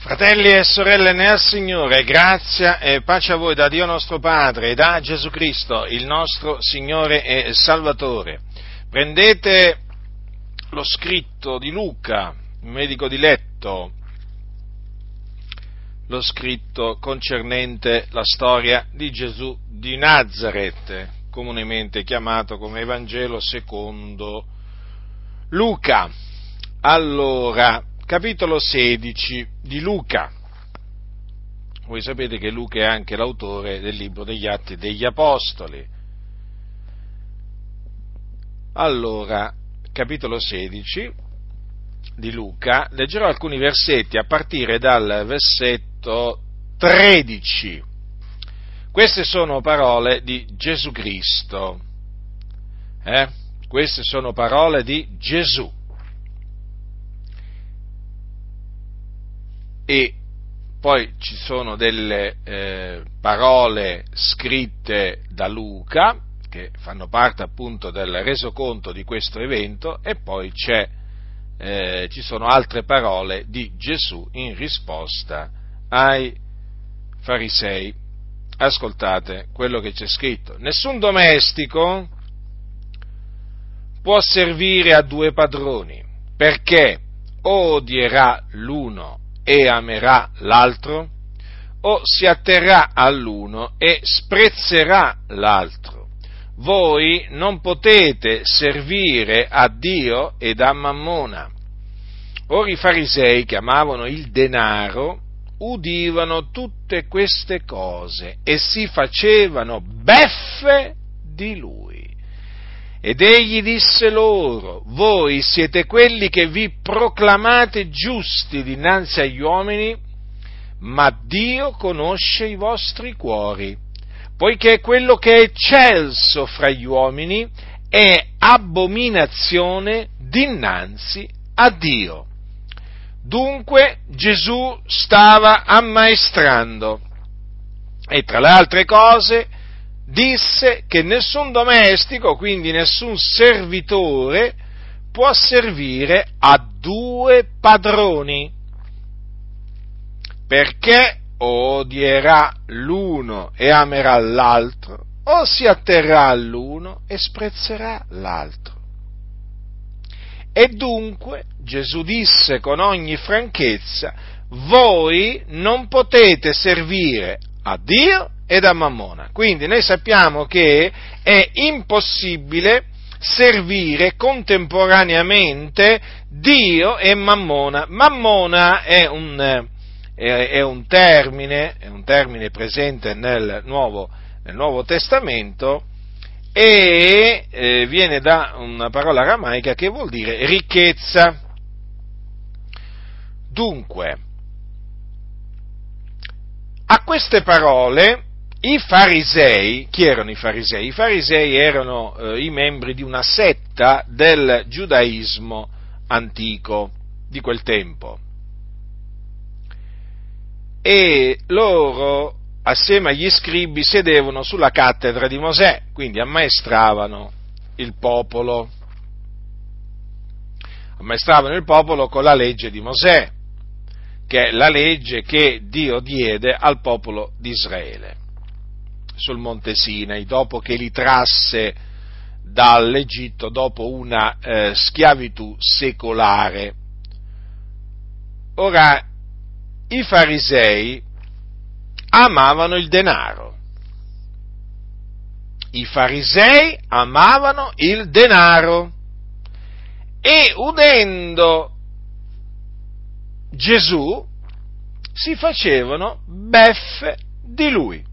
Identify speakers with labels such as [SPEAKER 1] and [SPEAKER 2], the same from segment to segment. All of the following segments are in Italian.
[SPEAKER 1] Fratelli e sorelle nel Signore, grazia e pace a voi da Dio nostro Padre e da Gesù Cristo, il nostro Signore e Salvatore. Prendete lo scritto di Luca, medico di letto, lo scritto concernente la storia di Gesù di Nazaret, comunemente chiamato come Evangelo secondo Luca. Allora, capitolo 16 di Luca. Voi sapete che Luca è anche l'autore del libro degli Atti degli Apostoli. Allora, capitolo 16 di Luca, leggerò alcuni versetti a partire dal versetto 13. Queste sono parole di Gesù Cristo. Queste sono parole di Gesù. E poi ci sono delle parole scritte da Luca che fanno parte appunto del resoconto di questo evento, e poi ci sono altre parole di Gesù in risposta ai farisei. Ascoltate quello che c'è scritto: nessun domestico può servire a due padroni, perché o odierà l'uno e amerà l'altro, o si atterrà all'uno e sprezzerà l'altro. Voi non potete servire a Dio ed a Mammona. Ora i farisei, che amavano il denaro, udivano tutte queste cose e si facevano beffe di lui. Ed egli disse loro: voi siete quelli che vi proclamate giusti dinanzi agli uomini, ma Dio conosce i vostri cuori, poiché quello che è eccelso fra gli uomini è abominazione dinanzi a Dio. Dunque Gesù stava ammaestrando, e tra le altre cose disse che nessun domestico, quindi nessun servitore, può servire a due padroni, perché o odierà l'uno e amerà l'altro, o si atterrà all'uno e sprezzerà l'altro. E dunque Gesù disse con ogni franchezza: voi non potete servire a Dio ed a Mammona. Quindi noi sappiamo che è impossibile servire contemporaneamente Dio e Mammona. Mammona è un termine presente nel Nuovo Testamento, e viene da una parola aramaica che vuol dire ricchezza. Dunque, a queste parole i farisei, chi erano i farisei? I farisei erano i membri di una setta del giudaismo antico di quel tempo, e loro assieme agli scribi sedevano sulla cattedra di Mosè, quindi ammaestravano il popolo con la legge di Mosè, che è la legge che Dio diede al popolo di Israele sul Monte Sinai, dopo che li trasse dall'Egitto dopo una schiavitù secolare. Ora, i farisei amavano il denaro. I farisei amavano il denaro, e udendo Gesù si facevano beffe di lui.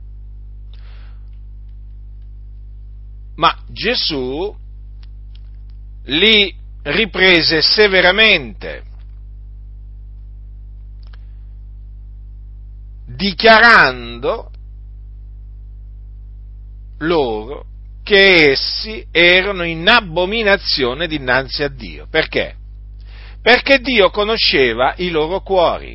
[SPEAKER 1] Ma Gesù li riprese severamente, dichiarando loro che essi erano in abominazione dinanzi a Dio. Perché? Perché Dio conosceva i loro cuori.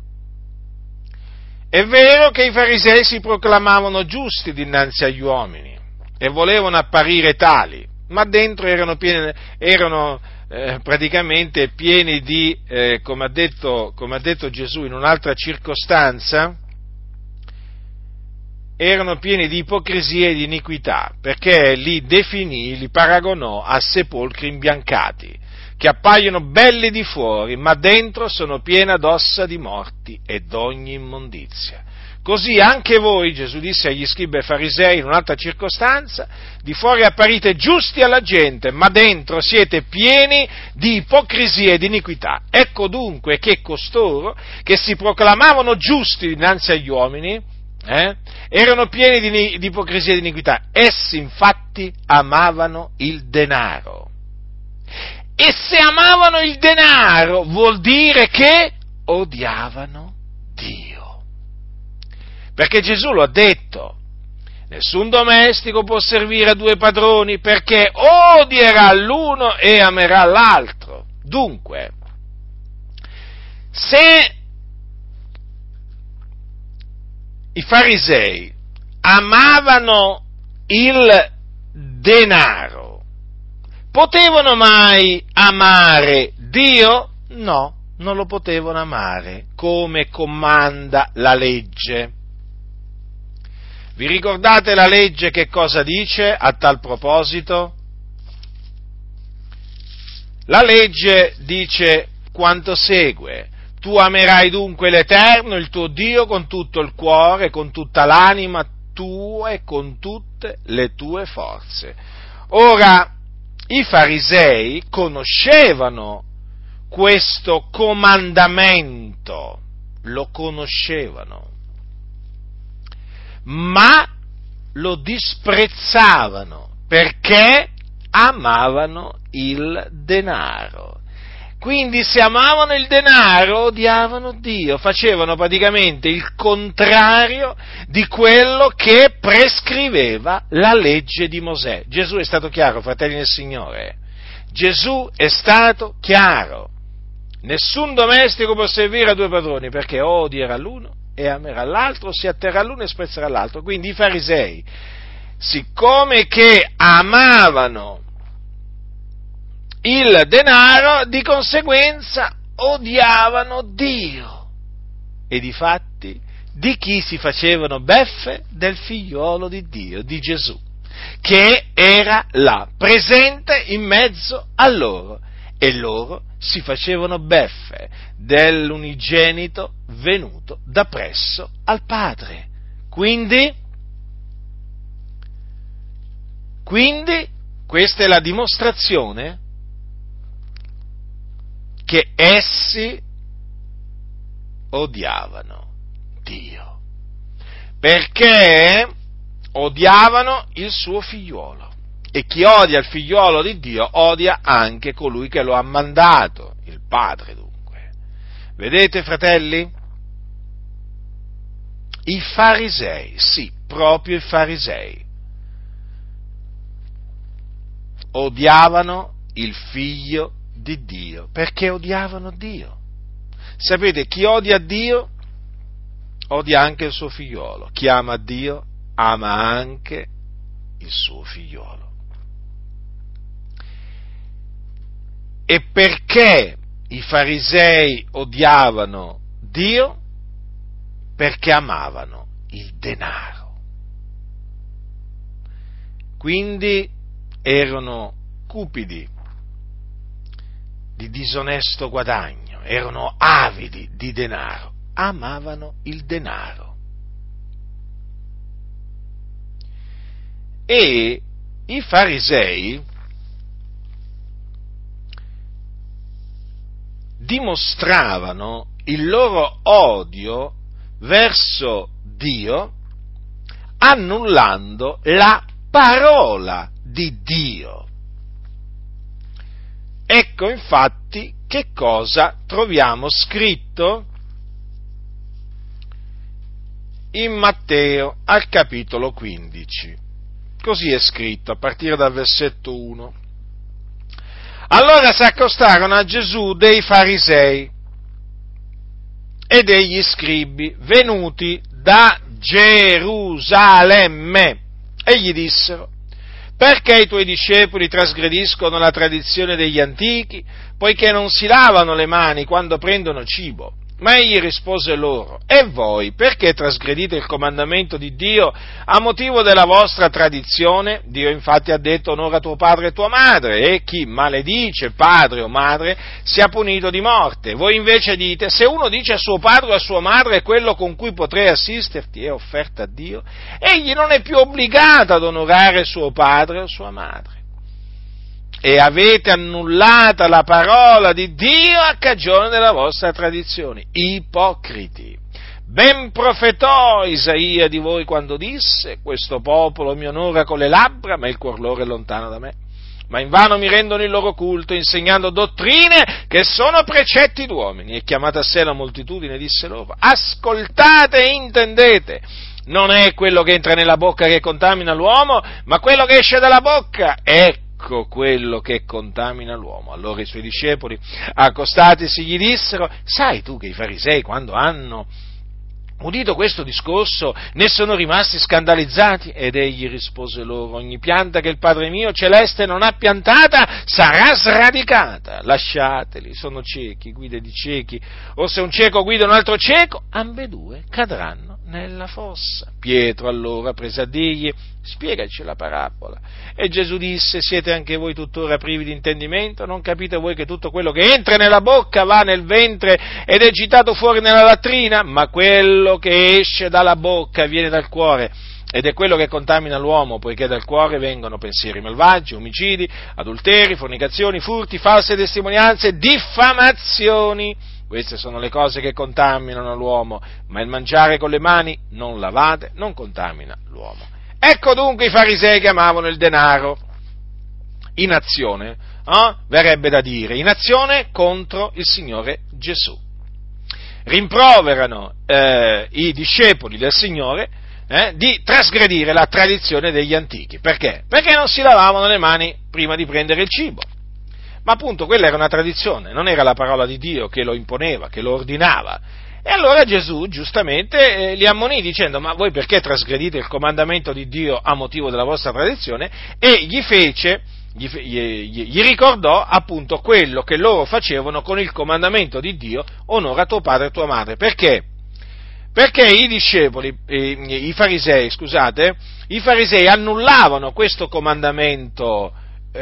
[SPEAKER 1] È vero che i farisei si proclamavano giusti dinanzi agli uomini e volevano apparire tali, ma dentro erano praticamente pieni di, come ha detto Gesù in un'altra circostanza, erano pieni di ipocrisia e di iniquità, perché li paragonò a sepolcri imbiancati, che appaiono belli di fuori, ma dentro sono piena d'ossa di morti e d'ogni immondizia. Così anche voi, Gesù disse agli scribi e farisei in un'altra circostanza, di fuori apparite giusti alla gente, ma dentro siete pieni di ipocrisia e di iniquità. Ecco dunque che costoro, che si proclamavano giusti dinanzi agli uomini, erano pieni di ipocrisia e di iniquità. Essi infatti amavano il denaro. E se amavano il denaro vuol dire che odiavano Dio. Perché Gesù lo ha detto, nessun domestico può servire a due padroni, perché odierà l'uno e amerà l'altro. Dunque, se i farisei amavano il denaro, potevano mai amare Dio? No, non lo potevano amare come comanda la legge. Vi ricordate la legge che cosa dice a tal proposito? La legge dice quanto segue: tu amerai dunque l'Eterno, il tuo Dio, con tutto il cuore, con tutta l'anima tua e con tutte le tue forze. Ora, i farisei conoscevano questo comandamento, lo conoscevano, ma lo disprezzavano perché amavano il denaro. Quindi se amavano il denaro odiavano Dio, facevano praticamente il contrario di quello che prescriveva la legge di Mosè. Gesù è stato chiaro, fratelli del Signore. Gesù è stato chiaro. Nessun domestico può servire a due padroni, perché odierà l'uno e amerà l'altro, si atterrà l'uno e sprezzerà l'altro. Quindi i farisei, siccome che amavano il denaro, di conseguenza odiavano Dio. E difatti di chi si facevano beffe? Del figliolo di Dio, di Gesù, che era là, presente in mezzo a loro, e loro si facevano beffe dell'unigenito venuto da presso al Padre. Quindi questa è la dimostrazione che essi odiavano Dio, perché odiavano il suo figliuolo, e chi odia il figliuolo di Dio odia anche colui che lo ha mandato, il Padre dunque. Vedete, fratelli? I farisei, sì, proprio i farisei, odiavano il figlio di Dio, perché odiavano Dio. Sapete, chi odia Dio odia anche il suo figliolo, chi ama Dio ama anche il suo figliolo. E perché i farisei odiavano Dio? Perché amavano il denaro. Quindi erano cupidi di disonesto guadagno, erano avidi di denaro, amavano il denaro. E i farisei dimostravano il loro odio verso Dio annullando la parola di Dio. Ecco infatti che cosa troviamo scritto in Matteo al capitolo 15. Così è scritto a partire dal versetto 1. Allora si accostarono a Gesù dei farisei e degli scribi venuti da Gerusalemme e gli dissero: perché i tuoi discepoli trasgrediscono la tradizione degli antichi, poiché non si lavano le mani quando prendono cibo? Ma egli rispose loro: e voi perché trasgredite il comandamento di Dio a motivo della vostra tradizione? Dio infatti ha detto: onora tuo padre e tua madre, e chi maledice padre o madre sia punito di morte. Voi invece dite: se uno dice a suo padre o a sua madre quello con cui potrei assisterti è offerta a Dio, egli non è più obbligato ad onorare suo padre o sua madre. E avete annullata la parola di Dio a cagione della vostra tradizione. Ipocriti! Ben profetò Isaia di voi quando disse: questo popolo mi onora con le labbra, ma il cuor loro è lontano da me. Ma invano mi rendono il loro culto, insegnando dottrine che sono precetti d'uomini. E chiamata a sé la moltitudine disse loro: ascoltate e intendete. Non è quello che entra nella bocca che contamina l'uomo, ma quello che esce dalla bocca. Ecco quello che contamina l'uomo. Allora i suoi discepoli, accostatisi, gli dissero: sai tu che i farisei, quando hanno udito questo discorso, ne sono rimasti scandalizzati? Ed egli rispose loro: ogni pianta che il Padre mio celeste non ha piantata sarà sradicata. Lasciateli, sono ciechi, guide di ciechi, o se un cieco guida un altro cieco, ambedue cadranno nella fossa. Pietro allora prese a dirgli: spiegaci la parabola. E Gesù disse: siete anche voi tuttora privi di intendimento? Non capite voi che tutto quello che entra nella bocca va nel ventre ed è gettato fuori nella latrina? Ma quello che esce dalla bocca viene dal cuore, ed è quello che contamina l'uomo, poiché dal cuore vengono pensieri malvagi, omicidi, adulteri, fornicazioni, furti, false testimonianze, diffamazioni. Queste sono le cose che contaminano l'uomo, ma il mangiare con le mani non lavate non contamina l'uomo. Ecco dunque i farisei che amavano il denaro in azione, verrebbe da dire, in azione contro il Signore Gesù. Rimproverano i discepoli del Signore di trasgredire la tradizione degli antichi. Perché? Perché non si lavavano le mani prima di prendere il cibo. Ma appunto quella era una tradizione, non era la parola di Dio che lo imponeva, che lo ordinava. E allora Gesù giustamente li ammonì dicendo: ma voi perché trasgredite il comandamento di Dio a motivo della vostra tradizione? E gli ricordò appunto quello che loro facevano con il comandamento di Dio: onora tuo padre e tua madre. Perché? Perché i farisei annullavano questo comandamento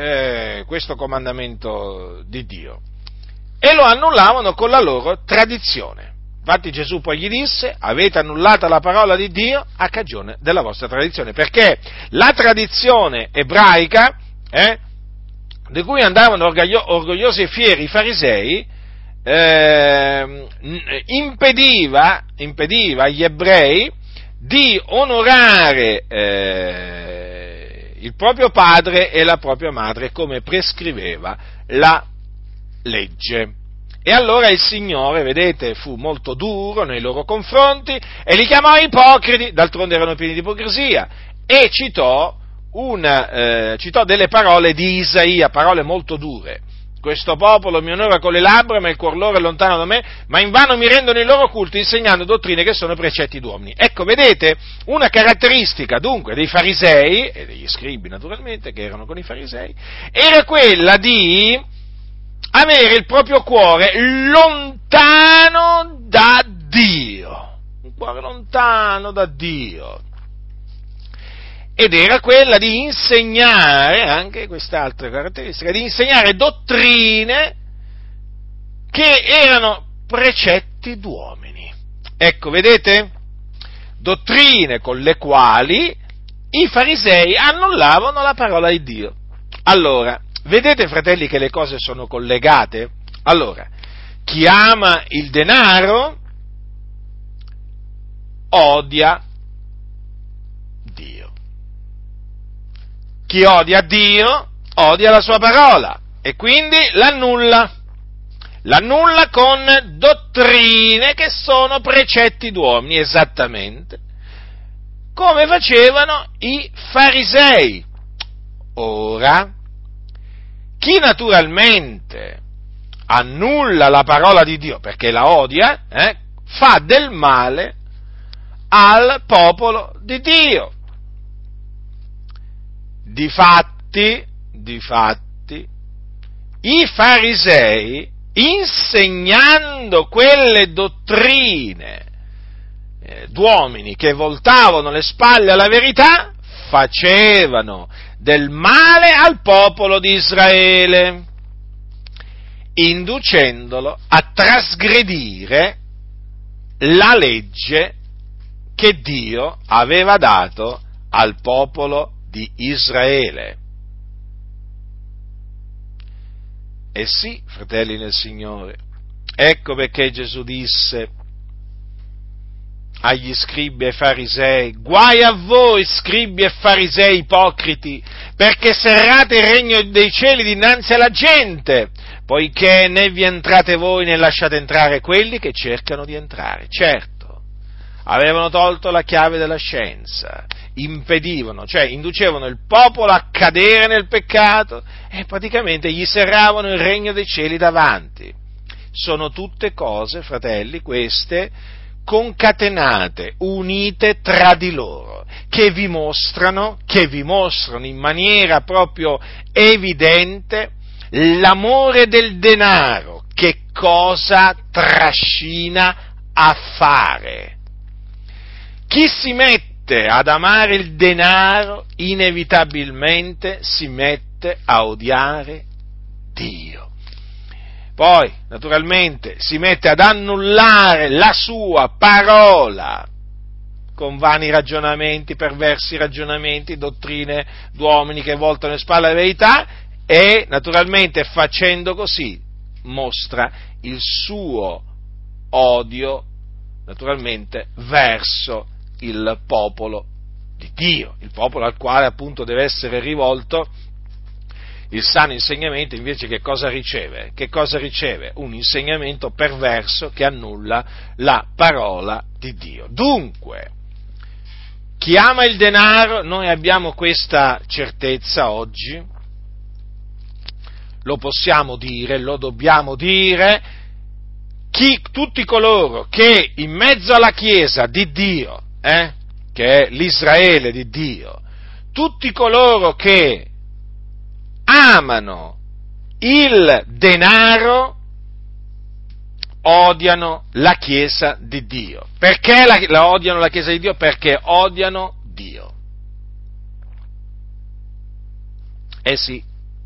[SPEAKER 1] di Dio, e lo annullavano con la loro tradizione. Infatti Gesù poi gli disse: avete annullata la parola di Dio a cagione della vostra tradizione, perché la tradizione ebraica, di cui andavano orgogliosi e fieri i farisei, impediva agli ebrei di onorare il proprio padre e la propria madre come prescriveva la legge. E allora il Signore, vedete, fu molto duro nei loro confronti e li chiamò ipocriti, d'altronde erano pieni di ipocrisia, e citò delle parole di Isaia, parole molto dure. Questo popolo mi onora con le labbra, ma il cuor loro è lontano da me, ma invano mi rendono il loro culto, insegnando dottrine che sono precetti d'uomini. Ecco, vedete, una caratteristica dunque dei farisei, e degli scribi naturalmente, che erano con i farisei, era quella di avere il proprio cuore lontano da Dio, un cuore lontano da Dio. Ed era quella di insegnare, anche quest'altra caratteristica, di insegnare dottrine che erano precetti d'uomini. Ecco, vedete? Dottrine con le quali i farisei annullavano la parola di Dio. Allora, vedete, fratelli, che le cose sono collegate? Allora, chi ama il denaro odia Dio. Chi odia Dio odia la sua parola e quindi l'annulla con dottrine che sono precetti d'uomini, esattamente come facevano i farisei. Ora, chi naturalmente annulla la parola di Dio perché la odia, fa del male al popolo di Dio. Difatti, i farisei, insegnando quelle dottrine d'uomini che voltavano le spalle alla verità, facevano del male al popolo di Israele, inducendolo a trasgredire la legge che Dio aveva dato al popolo di Israele. E sì, fratelli nel Signore, ecco perché Gesù disse agli scribi e farisei: guai a voi, scribi e farisei ipocriti, perché serrate il regno dei cieli dinanzi alla gente, poiché né vi entrate voi né lasciate entrare quelli che cercano di entrare. Certo, avevano tolto la chiave della scienza, impedivano, cioè inducevano il popolo a cadere nel peccato e praticamente gli serravano il regno dei cieli davanti. Sono tutte cose, fratelli, queste concatenate, unite tra di loro, che vi mostrano in maniera proprio evidente l'amore del denaro, che cosa trascina a fare. Chi si mette ad amare il denaro, inevitabilmente si mette a odiare Dio. Poi, naturalmente, si mette ad annullare la sua parola con vani ragionamenti, perversi ragionamenti, dottrine d'uomini che voltano le spalle alla verità, e, naturalmente, facendo così, mostra il suo odio, naturalmente, verso il popolo di Dio, il popolo al quale, appunto, deve essere rivolto il sano insegnamento. Invece che cosa riceve? Che cosa riceve? Un insegnamento perverso che annulla la parola di Dio. Dunque, chi ama il denaro, noi abbiamo questa certezza oggi, lo possiamo dire, lo dobbiamo dire, tutti coloro che in mezzo alla Chiesa di Dio, che è l'Israele di Dio, tutti coloro che amano il denaro odiano la Chiesa di Dio. Perché odiano la Chiesa di Dio? Perché odiano Dio. Sì,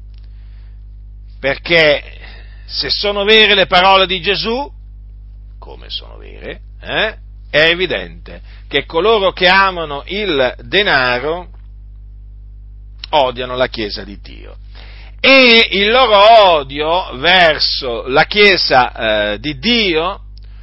[SPEAKER 1] perché se sono vere le parole di Gesù, come sono vere, è evidente che coloro che amano il denaro odiano la Chiesa di Dio. E il loro odio verso la Chiesa di Dio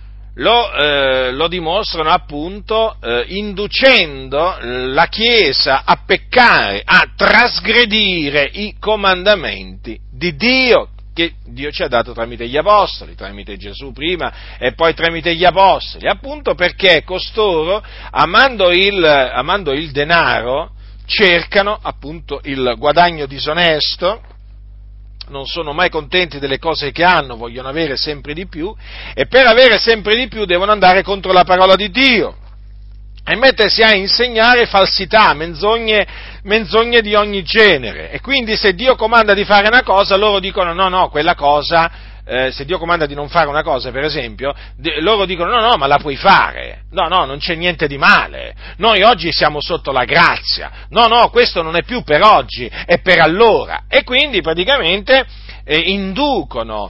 [SPEAKER 1] lo dimostrano appunto inducendo la Chiesa a peccare, a trasgredire i comandamenti di Dio, che Dio ci ha dato tramite gli apostoli, tramite Gesù prima e poi tramite gli apostoli, appunto perché costoro, amando il denaro, cercano appunto il guadagno disonesto, non sono mai contenti delle cose che hanno, vogliono avere sempre di più, e per avere sempre di più devono andare contro la parola di Dio e mettersi a insegnare falsità, menzogne di ogni genere. E quindi se Dio comanda di fare una cosa, loro dicono no, quella cosa, se Dio comanda di non fare una cosa, per esempio, loro dicono no, ma la puoi fare, no, non c'è niente di male, noi oggi siamo sotto la grazia, no, questo non è più per oggi, è per allora. E quindi praticamente inducono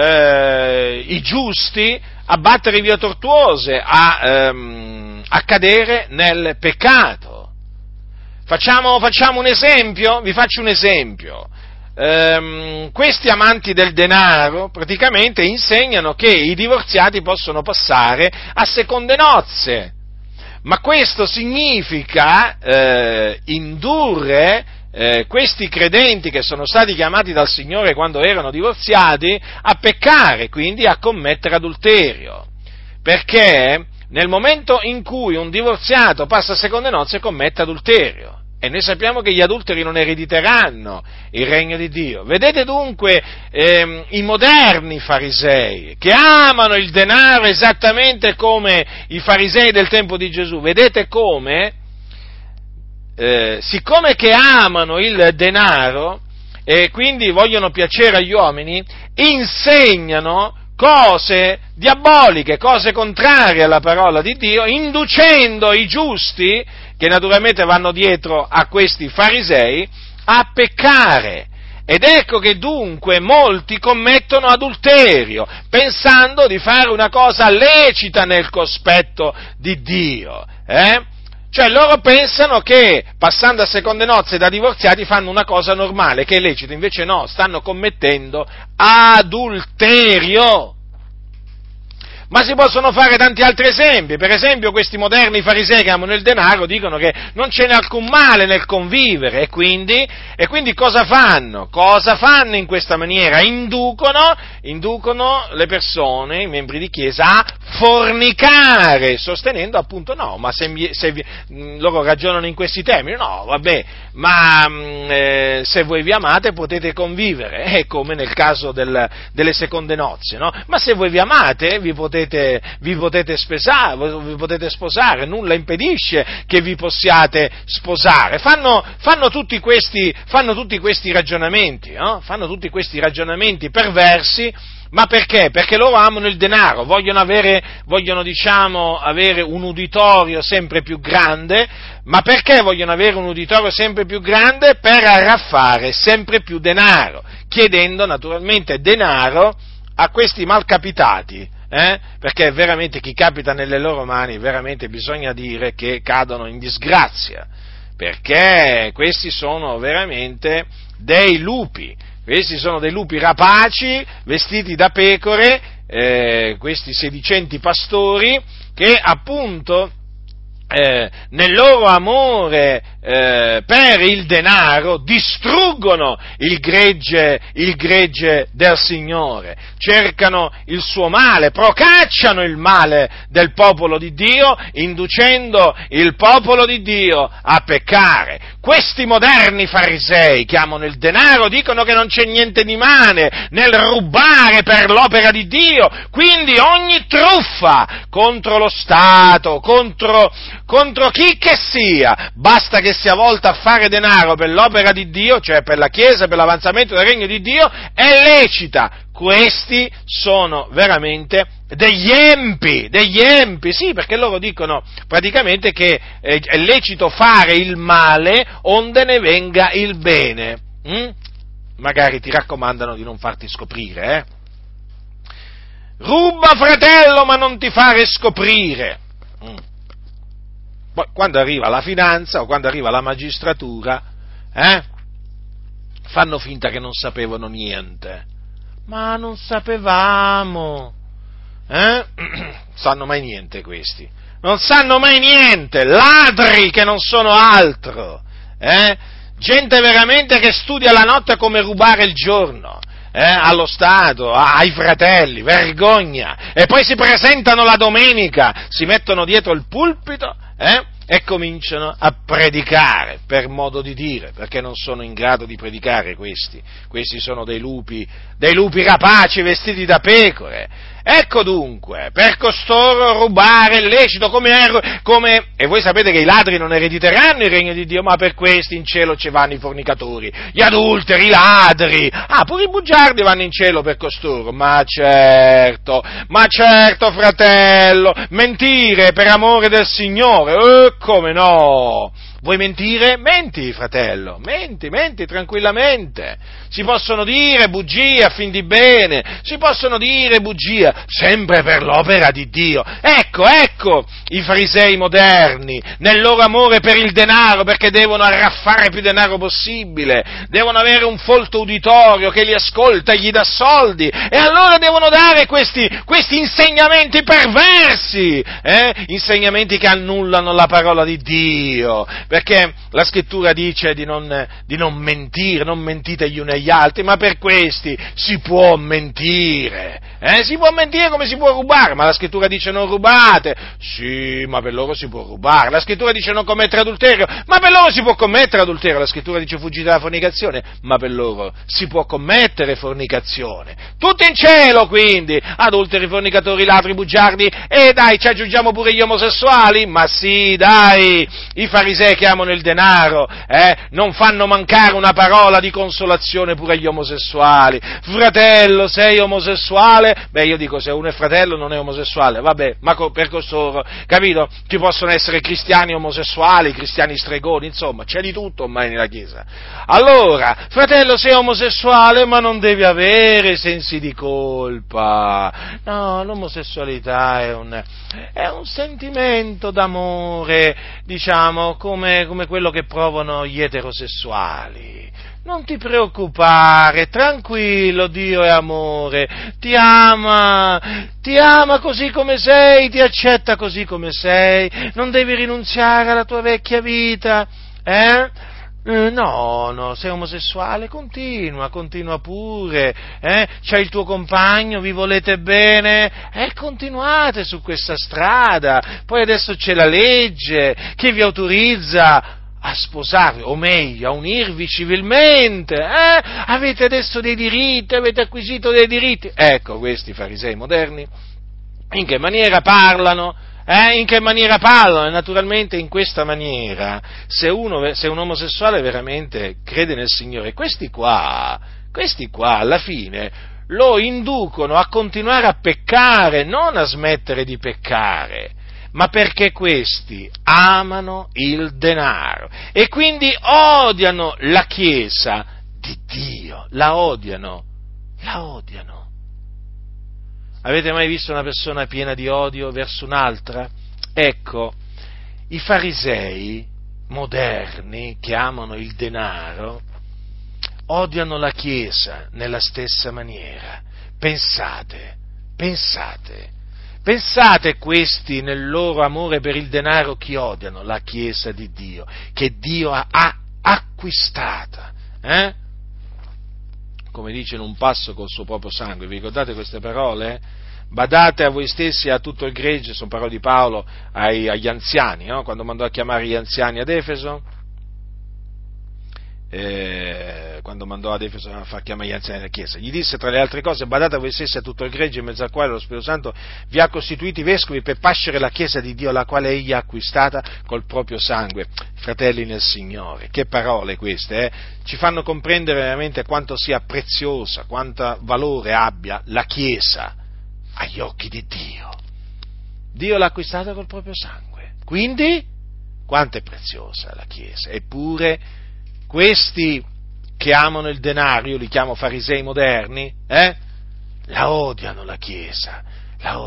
[SPEAKER 1] i giusti a battere vie tortuose, a cadere nel peccato. Facciamo un esempio? Vi faccio un esempio. Questi amanti del denaro praticamente insegnano che i divorziati possono passare a seconde nozze, ma questo significa indurre questi credenti che sono stati chiamati dal Signore quando erano divorziati a peccare, quindi a commettere adulterio, perché nel momento in cui un divorziato passa a seconde nozze commette adulterio. E noi sappiamo che gli adulteri non erediteranno il regno di Dio. Vedete dunque i moderni farisei, che amano il denaro esattamente come i farisei del tempo di Gesù, vedete come siccome che amano il denaro e quindi vogliono piacere agli uomini, insegnano cose diaboliche, cose contrarie alla parola di Dio, inducendo i giusti, che naturalmente vanno dietro a questi farisei, a peccare. Ed ecco che dunque molti commettono adulterio, pensando di fare una cosa lecita nel cospetto di Dio, Cioè loro pensano che passando a seconde nozze da divorziati fanno una cosa normale, che è lecita, invece no, stanno commettendo adulterio. Ma si possono fare tanti altri esempi, per esempio questi moderni farisei che amano il denaro dicono che non ce n'è alcun male nel convivere e quindi cosa fanno? Cosa fanno in questa maniera? Inducono le persone, i membri di chiesa, a fornicare, sostenendo appunto no, ma loro ragionano in questi termini, no, vabbè, ma se voi vi amate potete convivere, è come nel caso delle seconde nozze, no? Ma se voi vi amate vi potete sposare, nulla impedisce che vi possiate sposare. Fanno tutti questi ragionamenti, no? Fanno tutti questi ragionamenti perversi. Ma perché? Perché loro amano il denaro, vogliono avere un uditorio sempre più grande. Ma perché vogliono avere un uditorio sempre più grande? Per arraffare sempre più denaro, chiedendo naturalmente denaro a questi malcapitati, perché veramente chi capita nelle loro mani, veramente bisogna dire che cadono in disgrazia, perché questi sono veramente dei lupi. Questi sono dei lupi rapaci, vestiti da pecore, questi sedicenti pastori, che appunto nel loro amore per il denaro distruggono il gregge del Signore, cercano il suo male, procacciano il male del popolo di Dio, inducendo il popolo di Dio a peccare. Questi moderni farisei che amano il denaro dicono che non c'è niente di male nel rubare per l'opera di Dio, quindi ogni truffa contro lo Stato, contro chi che sia, basta che sia volta a fare denaro per l'opera di Dio, cioè per la Chiesa, per l'avanzamento del regno di Dio, è lecita. Questi sono veramente degli empi, sì, perché loro dicono praticamente che è lecito fare il male onde ne venga il bene. Magari ti raccomandano di non farti scoprire, Ruba, fratello, ma non ti fare scoprire. Poi, quando arriva la finanza o quando arriva la magistratura, fanno finta che non sapevano niente. Ma non sapevamo. Sanno mai niente questi. Non sanno mai niente. Ladri che non sono altro. Gente veramente che studia la notte come rubare il giorno. Allo Stato, ai fratelli, vergogna, e poi si presentano la domenica, si mettono dietro il pulpito, e cominciano a predicare, per modo di dire, perché non sono in grado di predicare questi sono dei lupi rapaci vestiti da pecore. Ecco dunque, per costoro rubare è lecito, e voi sapete che i ladri non erediteranno il regno di Dio, ma per questi in cielo ci vanno i fornicatori, gli adulteri, i ladri, pure i bugiardi vanno in cielo per costoro, ma certo fratello, mentire per amore del Signore, come no? Vuoi mentire? Menti, fratello, menti tranquillamente. Si possono dire bugie a fin di bene, si possono dire bugie sempre per l'opera di Dio. Ecco, i farisei moderni, nel loro amore per il denaro, perché devono arraffare più denaro possibile, devono avere un folto uditorio che li ascolta e gli dà soldi, e allora devono dare questi insegnamenti perversi, insegnamenti che annullano la parola di Dio, perché la Scrittura dice di non mentire, non mentite gli uni agli altri, ma per questi si può mentire, si può mentire come si può rubare, ma la Scrittura dice non rubate, sì, ma per loro si può rubare, la Scrittura dice non commettere adulterio, ma per loro si può commettere adulterio, la Scrittura dice fuggite dalla fornicazione, ma per loro si può commettere fornicazione, tutti in cielo quindi, adulteri, fornicatori, ladri, bugiardi, e dai, ci aggiungiamo pure gli omosessuali, ma sì, dai, i farisei che amano il denaro, non fanno mancare una parola di consolazione pure agli omosessuali. Fratello, sei omosessuale? Beh, io dico, se uno è fratello non è omosessuale, vabbè, ma per costoro, capito? Ci possono essere cristiani omosessuali, cristiani stregoni, insomma, c'è di tutto ormai nella Chiesa. Allora, fratello, sei omosessuale, ma non devi avere sensi di colpa. No, l'omosessualità è un sentimento d'amore, diciamo, come quello che provano gli eterosessuali. Non ti preoccupare, tranquillo, Dio è amore, ti ama così come sei, ti accetta così come sei, non devi rinunziare alla tua vecchia vita, No, sei omosessuale, continua pure, c'hai il tuo compagno, vi volete bene, continuate su questa strada, poi adesso c'è la legge che vi autorizza a sposarvi, o meglio, a unirvi civilmente, avete adesso dei diritti, avete acquisito dei diritti. Ecco, questi farisei moderni, in che maniera parlano? In che maniera parlano? E naturalmente in questa maniera, se un omosessuale veramente crede nel Signore, questi qua, alla fine, lo inducono a continuare a peccare, non a smettere di peccare, ma perché questi amano il denaro e quindi odiano la Chiesa di Dio, la odiano. Avete mai visto una persona piena di odio verso un'altra? Ecco, i farisei moderni che amano il denaro odiano la Chiesa nella stessa maniera. Pensate questi nel loro amore per il denaro chi odiano? La Chiesa di Dio, che Dio ha acquistata, come dice in un passo col suo proprio sangue. Vi ricordate queste parole? Badate a voi stessi e a tutto il gregge, sono parole di Paolo agli anziani, no? Quando mandò a chiamare gli anziani ad Efeso, quando mandò ad Efeso a far chiamare gli anziani della Chiesa, gli disse tra le altre cose: badate a voi stessi a tutto il gregge in mezzo al quale lo Spirito Santo vi ha costituiti vescovi per pascere la Chiesa di Dio, la quale egli ha acquistata col proprio sangue. Fratelli nel Signore, che parole queste, ci fanno comprendere veramente quanto sia preziosa, quanto valore abbia la Chiesa agli occhi di Dio. Dio l'ha acquistata col proprio sangue, quindi quanto è preziosa la Chiesa. Eppure questi che amano il denaro, io li chiamo farisei moderni, la odiano la Chiesa, la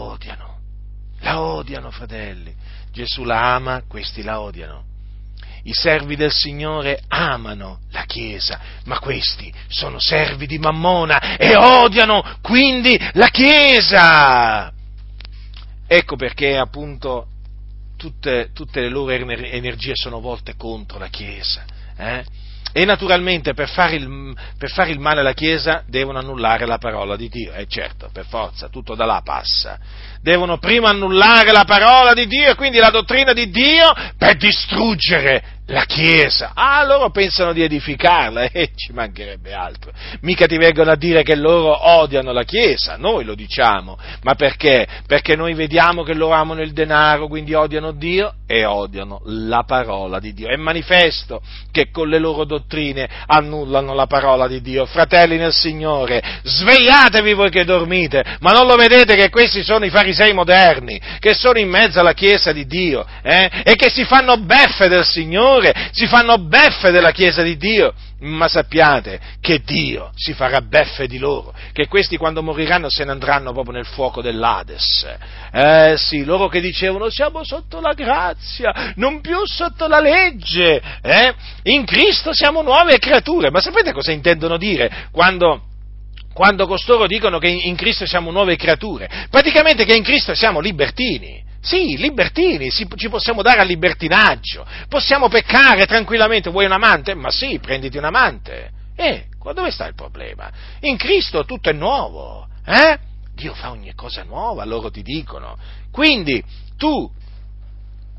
[SPEAKER 1] odiano, fratelli. Gesù la ama, questi la odiano. I servi del Signore amano la Chiesa, ma questi sono servi di Mammona e odiano quindi la Chiesa. Ecco perché appunto tutte le loro energie sono volte contro la Chiesa. E naturalmente per fare il male alla Chiesa devono annullare la parola di Dio, certo, per forza, tutto da là passa. Devono prima annullare la parola di Dio e quindi la dottrina di Dio per distruggere la Chiesa. Loro pensano di edificarla, ci mancherebbe altro. Mica ti vengono a dire che loro odiano la Chiesa, noi lo diciamo, ma perché? Perché noi vediamo che loro amano il denaro, quindi odiano Dio e odiano la parola di Dio. È manifesto che con le loro dottrine annullano la parola di Dio. Fratelli nel Signore, svegliatevi voi che dormite, ma non lo vedete che questi sono i farisei moderni, che sono in mezzo alla Chiesa di Dio, e che si fanno beffe del Signore, si fanno beffe della Chiesa di Dio, ma sappiate che Dio si farà beffe di loro, che questi quando moriranno se ne andranno proprio nel fuoco dell'Ades. Sì, loro che dicevano siamo sotto la grazia, non più sotto la legge, in Cristo siamo nuove creature, ma sapete cosa intendono dire quando costoro dicono che in Cristo siamo nuove creature? Praticamente che in Cristo siamo libertini. Sì, libertini, ci possiamo dare al libertinaggio, possiamo peccare tranquillamente. Vuoi un amante? Ma sì, prenditi un amante. Dove sta il problema? In Cristo tutto è nuovo, Dio fa ogni cosa nuova, loro ti dicono. Quindi tu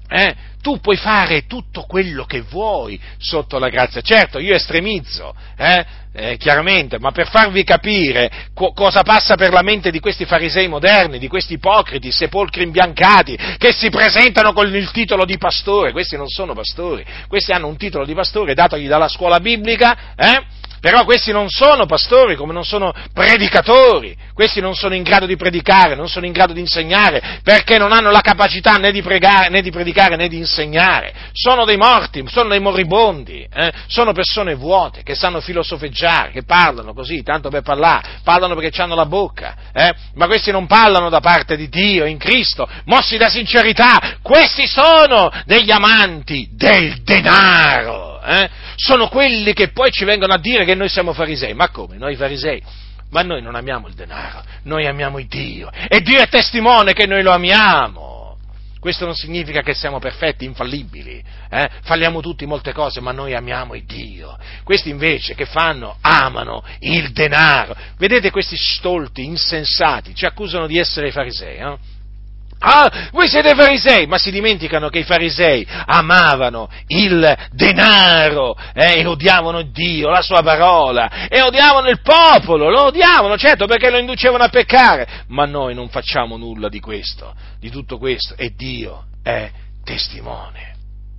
[SPEAKER 1] tu puoi fare tutto quello che vuoi sotto la grazia. Certo, io estremizzo, chiaramente, ma per farvi capire cosa passa per la mente di questi farisei moderni, di questi ipocriti, sepolcri imbiancati, che si presentano con il titolo di pastore. Questi non sono pastori, questi hanno un titolo di pastore datogli dalla scuola biblica, però questi non sono pastori, come non sono predicatori, questi non sono in grado di predicare, non sono in grado di insegnare, perché non hanno la capacità né di predicare né di insegnare, sono dei morti, sono dei moribondi, sono persone vuote, che sanno filosofeggiare, che parlano così, tanto per parlare, parlano perché hanno la bocca, ma questi non parlano da parte di Dio, in Cristo, mossi da sincerità, questi sono degli amanti del denaro, sono quelli che poi ci vengono a dire che noi siamo farisei. Ma come? Noi farisei? Ma noi non amiamo il denaro, noi amiamo il Dio, e Dio è testimone che noi lo amiamo. Questo non significa che siamo perfetti, infallibili, falliamo tutti molte cose, ma noi amiamo il Dio. Questi invece che fanno? Amano il denaro. Vedete questi stolti, insensati, ci accusano di essere farisei, voi siete farisei, ma si dimenticano che i farisei amavano il denaro, e odiavano Dio, la sua parola, e odiavano il popolo, lo odiavano, certo, perché lo inducevano a peccare, ma noi non facciamo nulla di questo, di tutto questo, e Dio è testimone.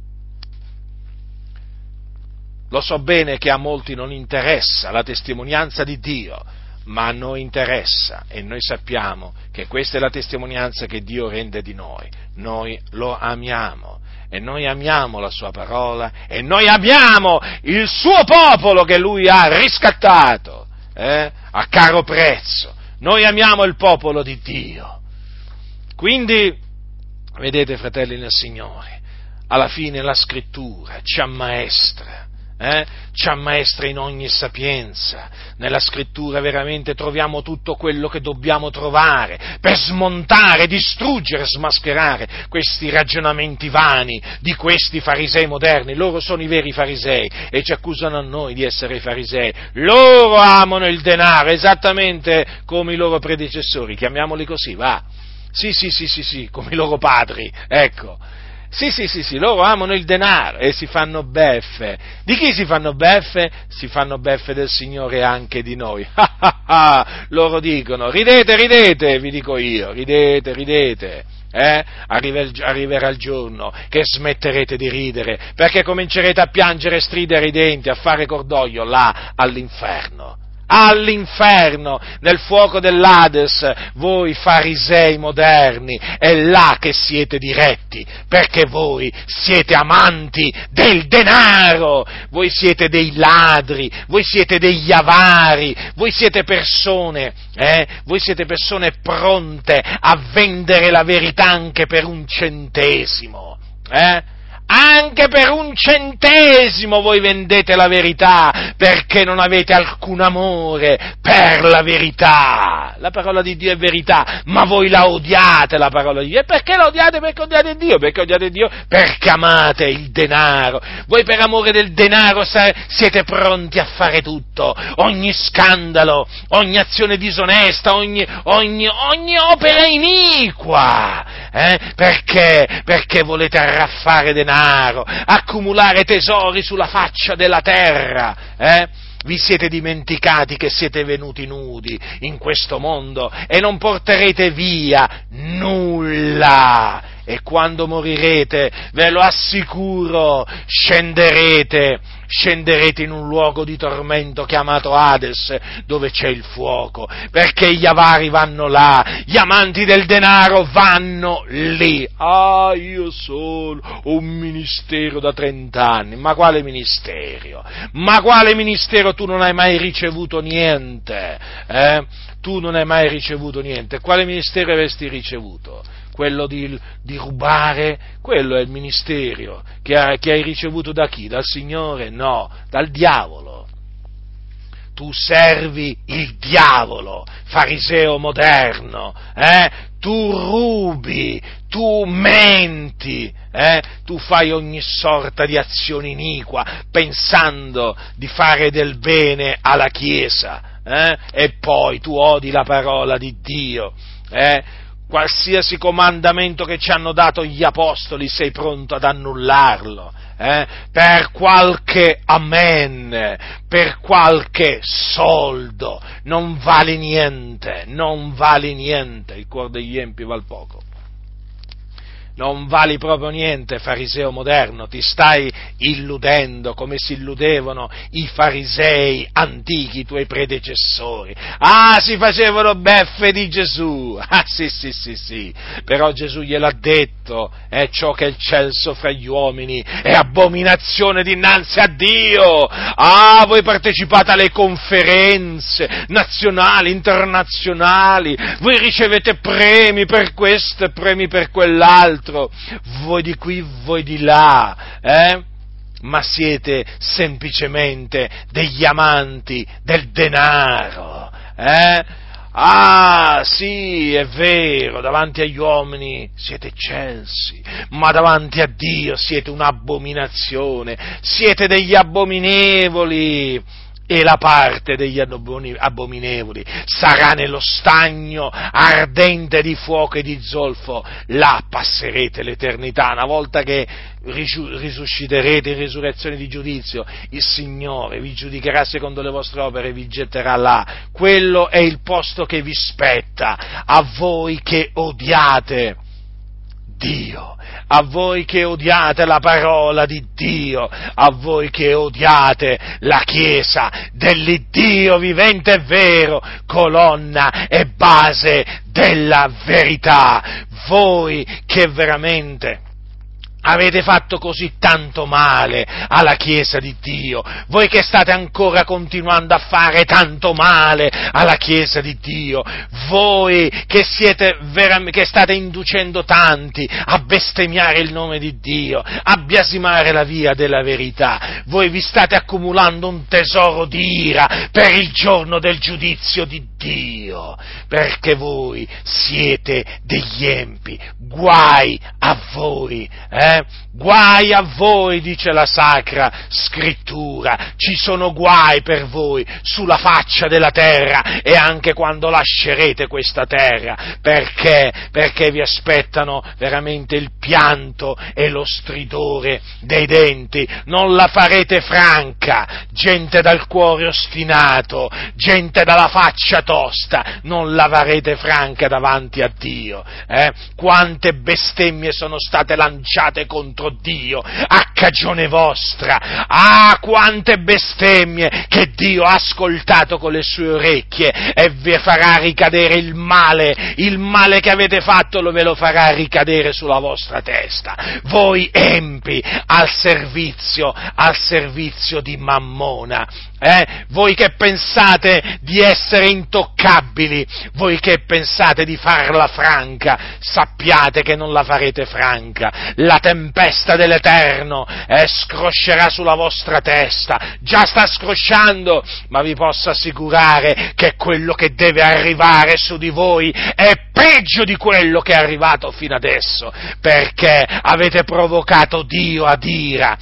[SPEAKER 1] Lo so bene che a molti non interessa la testimonianza di Dio, ma a noi interessa, e noi sappiamo che questa è la testimonianza che Dio rende di noi lo amiamo, e noi amiamo la sua parola, e noi amiamo il suo popolo che Lui ha riscattato, a caro prezzo, noi amiamo il popolo di Dio. Quindi, vedete, fratelli nel Signore, alla fine la Scrittura ci ammaestra in ogni sapienza. Nella Scrittura veramente troviamo tutto quello che dobbiamo trovare per smontare, distruggere, smascherare questi ragionamenti vani di questi farisei moderni. Loro sono i veri farisei e ci accusano a noi di essere farisei. Loro amano il denaro esattamente come i loro predecessori, chiamiamoli così, va? Sì, come i loro padri, ecco. Sì, loro amano il denaro e si fanno beffe. Di chi si fanno beffe? Si fanno beffe del Signore e anche di noi. Loro dicono, ridete, vi dico io, ridete. Arriverà il giorno che smetterete di ridere, perché comincerete a piangere e stridere i denti, a fare cordoglio là all'inferno, nel fuoco dell'Ades. Voi farisei moderni, è là che siete diretti, perché voi siete amanti del denaro, voi siete dei ladri, voi siete degli avari, voi siete persone pronte a vendere la verità anche per un centesimo, Anche per un centesimo voi vendete la verità, perché non avete alcun amore per la verità. La parola di Dio è verità, ma voi la odiate, la parola di Dio. E perché la odiate? Perché odiate Dio? Perché odiate Dio? Perché amate il denaro. Voi per amore del denaro siete pronti a fare tutto, ogni scandalo, ogni azione disonesta, ogni opera iniqua, perché volete arraffare denaro, accumulare tesori sulla faccia della terra, Vi siete dimenticati che siete venuti nudi in questo mondo e non porterete via nulla, e quando morirete, ve lo assicuro, scenderete in un luogo di tormento chiamato Hades, dove c'è il fuoco, perché gli avari vanno là, gli amanti del denaro vanno lì. Io solo ho un ministero da 30 anni, ma quale ministero? Tu non hai mai ricevuto niente, Tu non hai mai ricevuto niente. Quale ministero avresti ricevuto? Quello di rubare? Quello è il ministero che hai ricevuto da chi? Dal Signore? No, dal diavolo. Tu servi il diavolo, fariseo moderno, Tu rubi, tu menti, tu fai ogni sorta di azione iniqua, pensando di fare del bene alla Chiesa, e poi tu odi la parola di Dio, qualsiasi comandamento che ci hanno dato gli apostoli sei pronto ad annullarlo, per qualche amen, per qualche soldo, non vale niente, il cuore degli empi val poco. Non vali proprio niente, fariseo moderno, ti stai illudendo come si illudevano i farisei antichi, i tuoi predecessori. Si facevano beffe di Gesù, sì, però Gesù gliel'ha detto, ciò che è eccelso fra gli uomini è abominazione dinanzi a Dio. Voi partecipate alle conferenze nazionali, internazionali, voi ricevete premi per questo e premi per quell'altro, voi di qui, voi di là, ma siete semplicemente degli amanti del denaro, sì, è vero, davanti agli uomini siete eccelsi, ma davanti a Dio siete un'abominazione, siete degli abominevoli. E la parte degli abominevoli sarà nello stagno ardente di fuoco e di zolfo, là passerete l'eternità. Una volta che risusciterete in risurrezione di giudizio, il Signore vi giudicherà secondo le vostre opere e vi getterà là. Quello è il posto che vi spetta, a voi che odiate Dio, a voi che odiate la parola di Dio, a voi che odiate la Chiesa dell'Iddio vivente e vero, colonna e base della verità, voi che veramente avete fatto così tanto male alla Chiesa di Dio, voi che state ancora continuando a fare tanto male alla Chiesa di Dio, voi che che state inducendo tanti a bestemmiare il nome di Dio, a biasimare la via della verità, voi vi state accumulando un tesoro di ira per il giorno del giudizio di Dio, perché voi siete degli empi. Guai a voi, Guai a voi, dice la Sacra Scrittura, ci sono guai per voi sulla faccia della terra e anche quando lascerete questa terra, perché vi aspettano veramente il pianto e lo stridore dei denti, non la farete franca, gente dal cuore ostinato, gente dalla faccia tosta, non la farete franca davanti a Dio, quante bestemmie sono state lanciate contro Dio a cagione vostra, quante bestemmie che Dio ha ascoltato con le sue orecchie e vi farà ricadere il male che avete fatto ve lo farà ricadere sulla vostra testa, voi empi al servizio di Mammona, voi che pensate di essere intoccabili, voi che pensate di farla franca, sappiate che non la farete franca, la tempesta dell'Eterno scroscerà sulla vostra testa, già sta scrosciando, ma vi posso assicurare che quello che deve arrivare su di voi è peggio di quello che è arrivato fino adesso, perché avete provocato Dio ad ira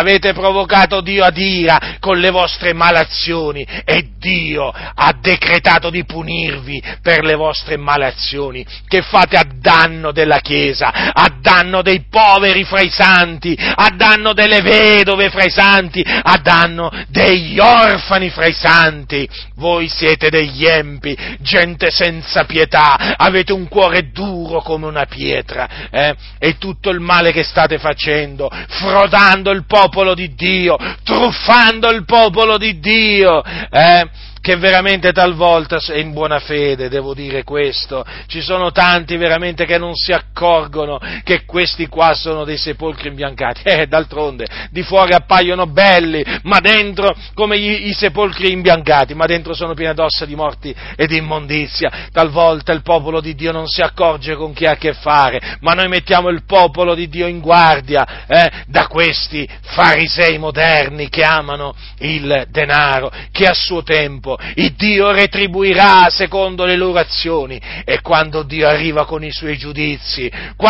[SPEAKER 1] con le vostre malazioni e Dio ha decretato di punirvi per le vostre malazioni che fate a danno della Chiesa, a danno dei poveri fra i santi, a danno delle vedove fra i santi, a danno degli orfani fra i santi. Voi siete degli empi, gente senza pietà, avete un cuore duro come una pietra, e tutto il male che state facendo, frodando il popolo di Dio, truffando il popolo di Dio, che veramente talvolta, in buona fede devo dire questo, ci sono tanti veramente che non si accorgono che questi qua sono dei sepolcri imbiancati, d'altronde di fuori appaiono belli, ma dentro come i sepolcri imbiancati, ma dentro sono piene d'ossa di morti e di immondizia. Talvolta il popolo di Dio non si accorge con chi ha a che fare, ma noi mettiamo il popolo di Dio in guardia da questi farisei moderni che amano il denaro, che a suo tempo loro, il Dio retribuirà secondo le loro azioni. E quando Dio arriva con i suoi giudizi,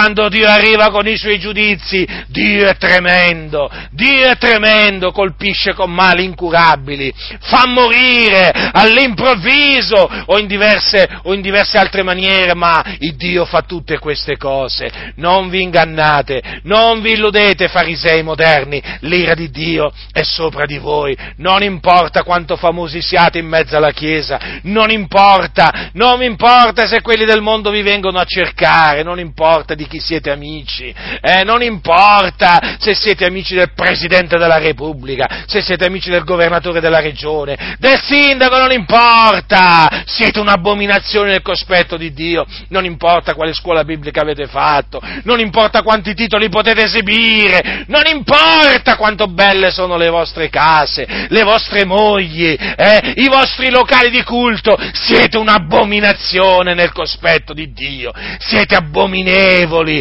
[SPEAKER 1] Dio è tremendo, colpisce con mali incurabili, fa morire all'improvviso o in diverse altre maniere, ma il Dio fa tutte queste cose. Non vi ingannate, non vi illudete, farisei moderni, l'ira di Dio è sopra di voi. Non importa quanto famosi siate in mezzo alla Chiesa, non mi importa se quelli del mondo vi vengono a cercare, non importa di chi siete amici, non importa se siete amici del Presidente della Repubblica, se siete amici del Governatore della Regione, del Sindaco, non importa, siete un'abominazione nel cospetto di Dio, non importa quale scuola biblica avete fatto, non importa quanti titoli potete esibire, non importa quanto belle sono le vostre case, le vostre mogli, i vostri locali di culto, siete un'abominazione nel cospetto di Dio, siete abominevoli,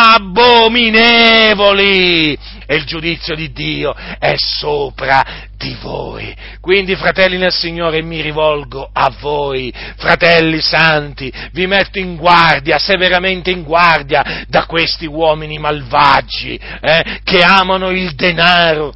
[SPEAKER 1] e il giudizio di Dio è sopra di voi. Quindi, fratelli nel Signore, mi rivolgo a voi, fratelli santi, vi metto in guardia, severamente in guardia, da questi uomini malvagi, che amano il denaro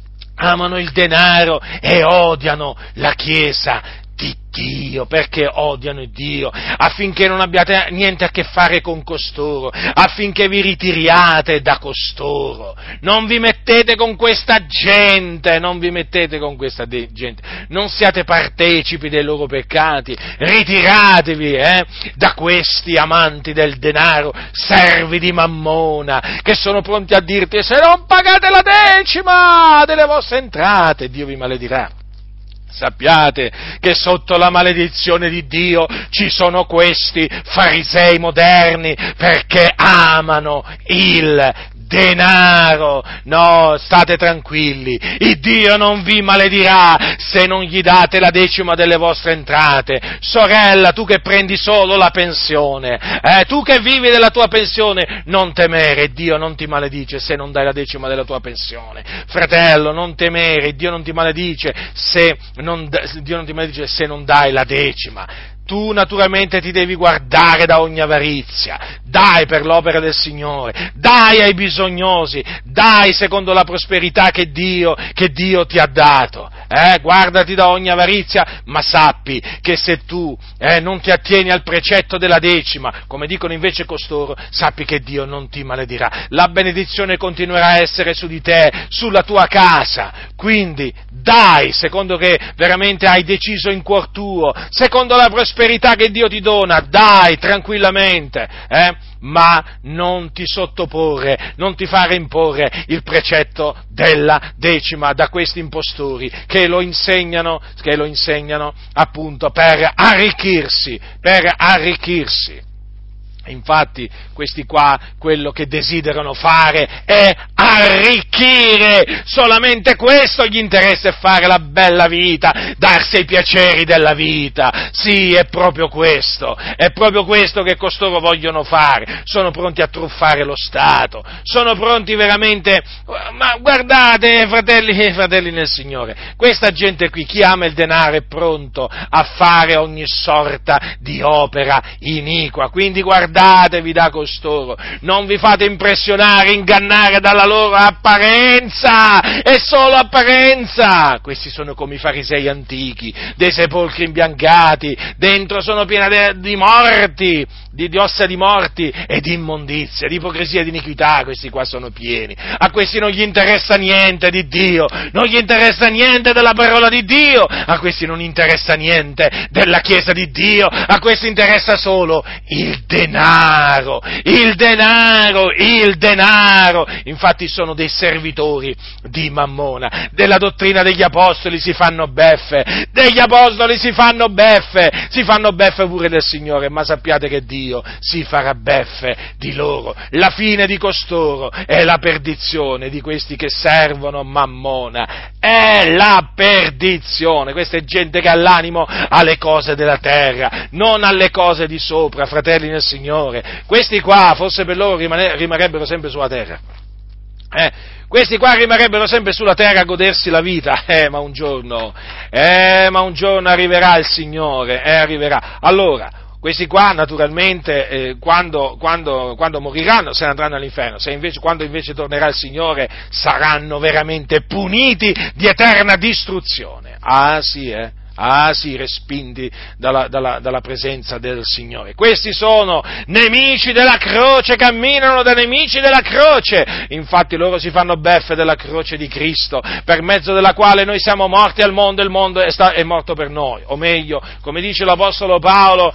[SPEAKER 1] e odiano la Chiesa di Dio, perché odiano Dio, affinché non abbiate niente a che fare con costoro, affinché vi ritiriate da costoro. Non vi mettete con questa gente, non siate partecipi dei loro peccati, ritiratevi da questi amanti del denaro, servi di Mammona, che sono pronti a dirti: se non pagate la decima delle vostre entrate, Dio vi maledirà. Sappiate che sotto la maledizione di Dio ci sono questi farisei moderni, perché amano il denaro. No, state tranquilli, il Dio non vi maledirà se non gli date la decima delle vostre entrate. Sorella, tu che prendi solo la pensione, tu che vivi della tua pensione, non temere, Dio non ti maledice se non dai la decima della tua pensione. Fratello, non temere, Dio non ti maledice se non dai la decima. Tu naturalmente ti devi guardare da ogni avarizia, dai per l'opera del Signore, dai ai bisognosi, dai secondo la prosperità che Dio ti ha dato, guardati da ogni avarizia, ma sappi che se tu non ti attieni al precetto della decima, come dicono invece costoro, sappi che Dio non ti maledirà, la benedizione continuerà a essere su di te, sulla tua casa, quindi dai secondo che veramente hai deciso in cuor tuo, secondo la prosperità che Dio ti dona, dai tranquillamente, ma non ti sottoporre, non ti fare imporre il precetto della decima da questi impostori che lo insegnano appunto per arricchirsi. Infatti, questi qua, quello che desiderano fare è arricchire, solamente questo gli interessa, è fare la bella vita, darsi ai piaceri della vita, sì, è proprio questo che costoro vogliono fare, sono pronti a truffare lo Stato, sono pronti veramente, ma guardate, fratelli nel Signore, questa gente qui, chi ama il denaro è pronto a fare ogni sorta di opera iniqua, quindi guardatevi da costoro, non vi fate impressionare, ingannare dalla loro apparenza, è solo apparenza, questi sono come i farisei antichi, dei sepolcri imbiancati, dentro sono pieni di morti, di ossa di morti e di immondizia, di ipocrisia e di iniquità, questi qua sono pieni, a questi non gli interessa niente di Dio, non gli interessa niente della parola di Dio, a questi non interessa niente della Chiesa di Dio, a questi interessa solo il denaro, infatti sono dei servitori di Mammona, della dottrina degli apostoli si fanno beffe, si fanno beffe pure del Signore, ma sappiate che Dio si farà beffe di loro, la fine di costoro è la perdizione di questi che servono Mammona, è la perdizione, questa è gente che ha l'animo alle cose della terra, non alle cose di sopra, fratelli nel Signore, questi qua, forse per loro rimarrebbero sempre sulla terra. Questi qua rimarrebbero sempre sulla terra a godersi la vita, ma un giorno arriverà il Signore, arriverà. Allora, questi qua naturalmente quando moriranno se ne andranno all'inferno, quando invece tornerà il Signore saranno veramente puniti di eterna distruzione. Ah sì, respinti dalla presenza del Signore. Questi sono nemici della croce, camminano da nemici della croce. Infatti loro si fanno beffe della croce di Cristo, per mezzo della quale noi siamo morti al mondo e il mondo è morto per noi. O meglio, come dice l'Apostolo Paolo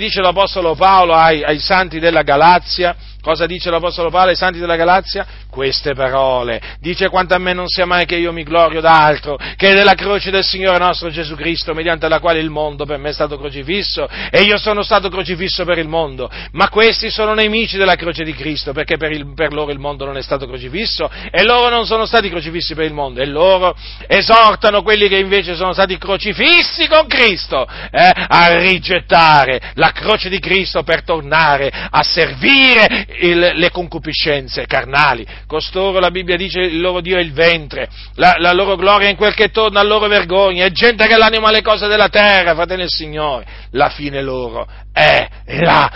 [SPEAKER 1] ai santi della Galazia. Cosa dice l'Apostolo Paolo ai santi della Galazia? Queste parole. Dice: quanto a me non sia mai che io mi glorio d'altro che della croce del Signore nostro Gesù Cristo, mediante la quale il mondo per me è stato crocifisso e io sono stato crocifisso per il mondo. Ma questi sono nemici della croce di Cristo, perché per loro il mondo non è stato crocifisso e loro non sono stati crocifissi per il mondo, e loro esortano quelli che invece sono stati crocifissi con Cristo a rigettare la croce di Cristo per tornare a servire le concupiscenze carnali. Costoro, la Bibbia dice, il loro Dio è il ventre, la loro gloria in quel che torna a loro vergogna, è gente che l'anima alle cose della terra, fratelli del Signore. La fine loro è la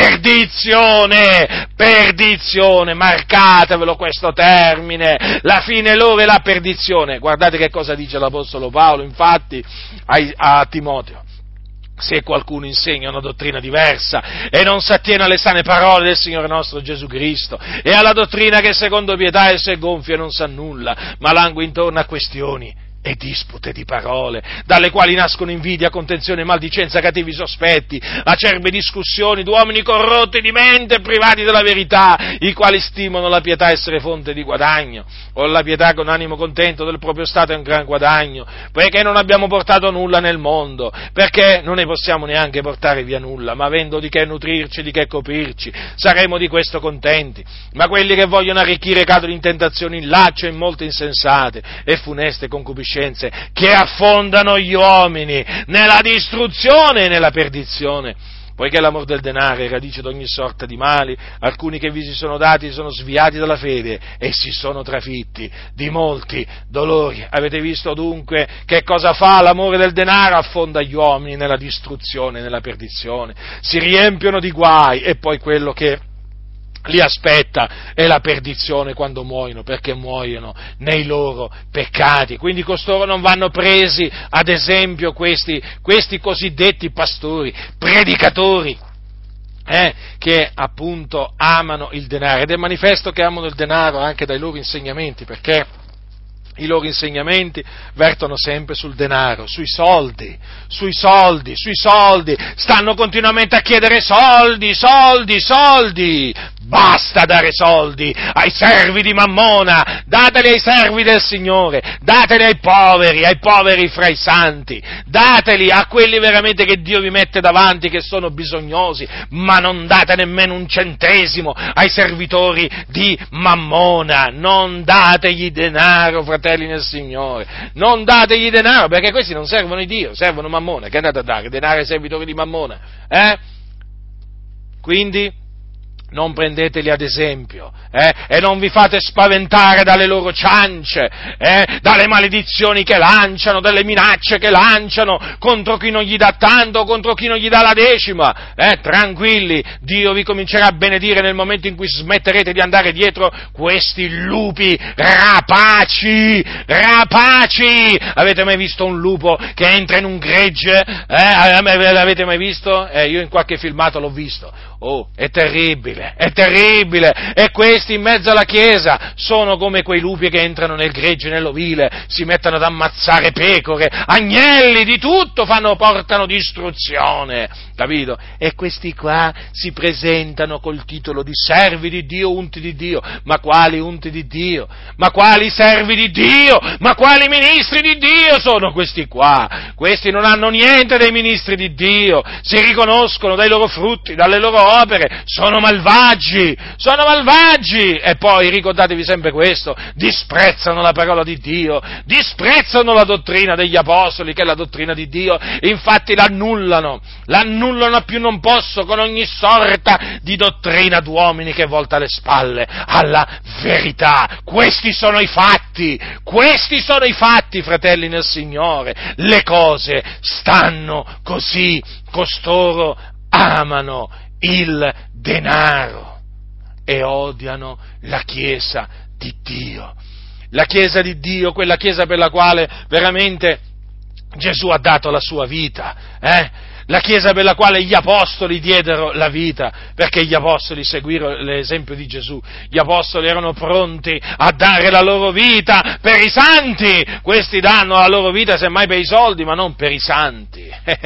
[SPEAKER 1] perdizione, marcatevelo questo termine, la fine loro è la perdizione. Guardate che cosa dice l'Apostolo Paolo, infatti, a Timoteo: se qualcuno insegna una dottrina diversa e non si attiene alle sane parole del Signore nostro Gesù Cristo e alla dottrina che secondo pietà esso è gonfia e non sa nulla, ma langue intorno a questioni e dispute di parole, dalle quali nascono invidia, contenzione, maldicenza, cattivi sospetti, acerbe discussioni d'uomini corrotti di mente e privati della verità, i quali stimano la pietà essere fonte di guadagno, o la pietà con animo contento del proprio stato è un gran guadagno, poiché non abbiamo portato nulla nel mondo, perché non ne possiamo neanche portare via nulla, ma avendo di che nutrirci, di che coprirci, saremo di questo contenti. Ma quelli che vogliono arricchire cadono in tentazioni, in laccio e in molte insensate e funeste concupiscenze, che affondano gli uomini nella distruzione e nella perdizione, poiché l'amor del denaro è radice di ogni sorta di mali. Alcuni che vi si sono dati sono sviati dalla fede e si sono trafitti di molti dolori. Avete visto dunque che cosa fa l'amore del denaro? Affonda gli uomini nella distruzione e nella perdizione, si riempiono di guai, e poi quello che li aspetta è la perdizione quando muoiono, perché muoiono nei loro peccati. Quindi costoro non vanno presi ad esempio questi cosiddetti pastori, predicatori, che appunto amano il denaro, ed è manifesto che amano il denaro anche dai loro insegnamenti, perché i loro insegnamenti vertono sempre sul denaro, sui soldi, stanno continuamente a chiedere soldi. Basta dare soldi ai servi di Mammona, dateli ai servi del Signore, dateli ai poveri fra i santi, dateli a quelli veramente che Dio vi mette davanti, che sono bisognosi, ma non date nemmeno un centesimo ai servitori di Mammona, non dategli denaro, fratelli nel Signore, non dategli denaro, perché questi non servono Dio, servono Mammona. Che andate a dare denaro ai servitori di Mammona? Quindi non prendeteli ad esempio, e non vi fate spaventare dalle loro ciance, dalle maledizioni che lanciano, dalle minacce che lanciano contro chi non gli dà tanto, contro chi non gli dà la decima. Tranquilli, Dio vi comincerà a benedire nel momento in cui smetterete di andare dietro questi lupi rapaci. Avete mai visto un lupo che entra in un gregge? L'avete mai visto? Io in qualche filmato l'ho visto. Oh, è terribile, e questi in mezzo alla Chiesa sono come quei lupi che entrano nel gregge, nell'ovile, si mettono ad ammazzare pecore, agnelli, di tutto portano distruzione, capito? E questi qua si presentano col titolo di servi di Dio, unti di Dio. Ma quali unti di Dio? Ma quali servi di Dio? Ma quali ministri di Dio sono questi qua? Questi non hanno niente dei ministri di Dio, si riconoscono dai loro frutti, dalle loro opere sono malvagi, e poi ricordatevi sempre questo, disprezzano la parola di Dio, disprezzano la dottrina degli apostoli, che è la dottrina di Dio, infatti l'annullano a più non posso con ogni sorta di dottrina d'uomini che volta le spalle alla verità. Questi sono i fatti, fratelli nel Signore, le cose stanno così, costoro amano il denaro e odiano la Chiesa di Dio. La Chiesa di Dio, quella Chiesa per la quale veramente Gesù ha dato la sua vita, la Chiesa per la quale gli apostoli diedero la vita, perché gli apostoli seguirono l'esempio di Gesù, gli apostoli erano pronti a dare la loro vita per i santi, questi danno la loro vita semmai per i soldi, ma non per i santi,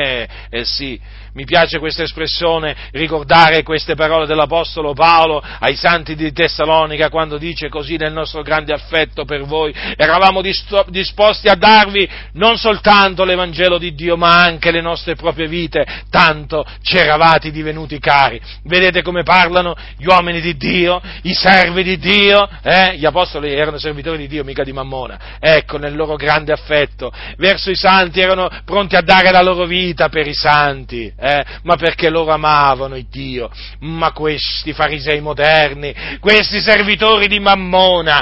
[SPEAKER 1] sì. Mi piace questa espressione, ricordare queste parole dell'Apostolo Paolo ai santi di Tessalonica, quando dice così: nel nostro grande affetto per voi eravamo disposti a darvi non soltanto l'Evangelo di Dio, ma anche le nostre proprie vite, tanto ci eravate divenuti cari. Vedete come parlano gli uomini di Dio, i servi di Dio? Gli apostoli erano servitori di Dio, mica di Mammona. Ecco, nel loro grande affetto verso i santi erano pronti a dare la loro vita per i santi. Ma perché loro amavano il Dio. Ma questi farisei moderni, questi servitori di Mammona,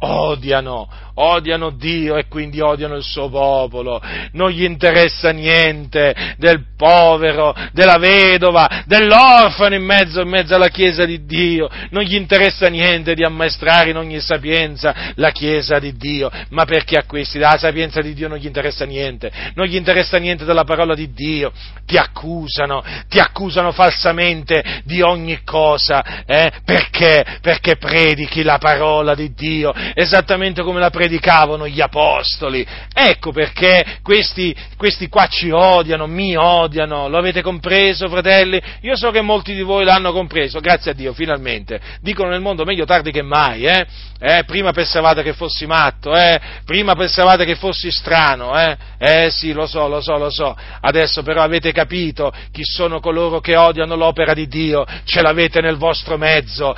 [SPEAKER 1] odiano Dio e quindi odiano il suo popolo, non gli interessa niente del povero, della vedova, dell'orfano in mezzo alla Chiesa di Dio, non gli interessa niente di ammaestrare in ogni sapienza la Chiesa di Dio, ma perché a questi della sapienza di Dio non gli interessa niente della parola di Dio, ti accusano falsamente di ogni cosa, perché predichi la parola di Dio, esattamente come la predicavano gli apostoli. Ecco perché questi qua mi odiano, lo avete compreso, fratelli? Io so che molti di voi l'hanno compreso, grazie a Dio, finalmente. Dicono nel mondo meglio tardi che mai, prima pensavate che fossi matto, prima pensavate che fossi strano, sì, lo so, adesso però avete capito chi sono coloro che odiano l'opera di Dio, ce l'avete nel vostro mezzo,